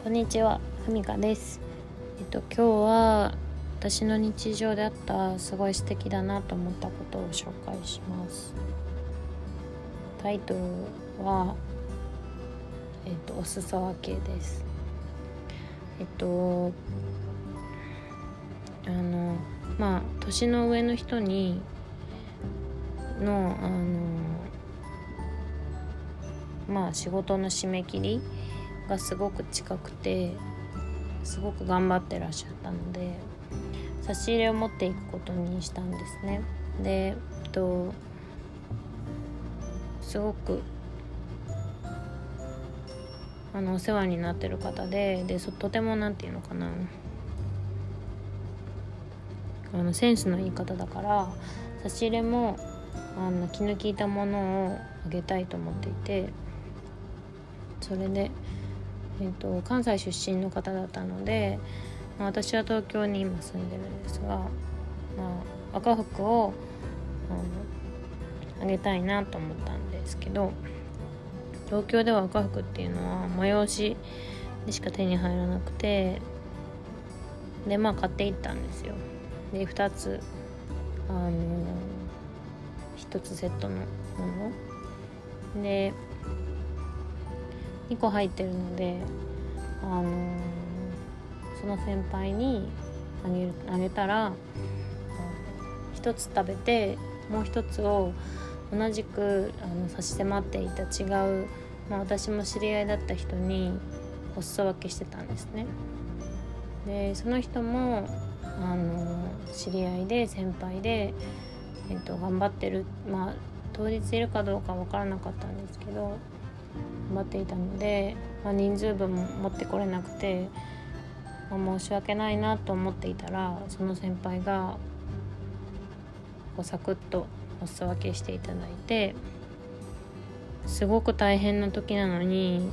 こんにちは、ふみかです。今日は私の日常であったすごい素敵だなと思ったことを紹介します。タイトルはお裾分けです。年の上の人にの仕事の締め切りがすごく近くて、すごく頑張ってらっしゃったので差し入れを持っていくことにしたんですね。ですごくお世話になってる方でとてもセンスのいい方だから、差し入れも気の利いたものをあげたいと思っていて、それで、関西出身の方だったので、私は東京に今住んでるんですが、赤福をあげたいなと思ったんですけど、東京では赤福っていうのは催しでしか手に入らなくて、で買っていったんですよ。で2つ1つセットのもので2個入ってるので、その先輩にあげたら、1つ食べてもう1つを同じく差し迫っていた違う、私も知り合いだった人にお裾分けしてたんですね。でその人も知り合いで先輩で、頑張ってる、当日いるかどうか分からなかったんですけど頑張っていたので、人数分も持ってこれなくて、申し訳ないなと思っていたら、その先輩がサクッとお裾分けしていただいて、すごく大変な時なのに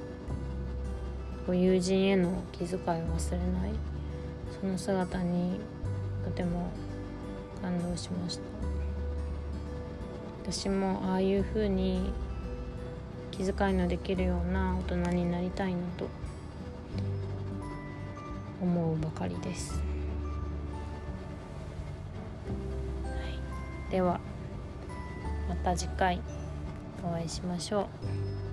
友人への気遣いを忘れない、その姿にとても感動しました。私もああいう風に気遣いのできるような大人になりたいなと思うばかりです。ではまた次回お会いしましょう。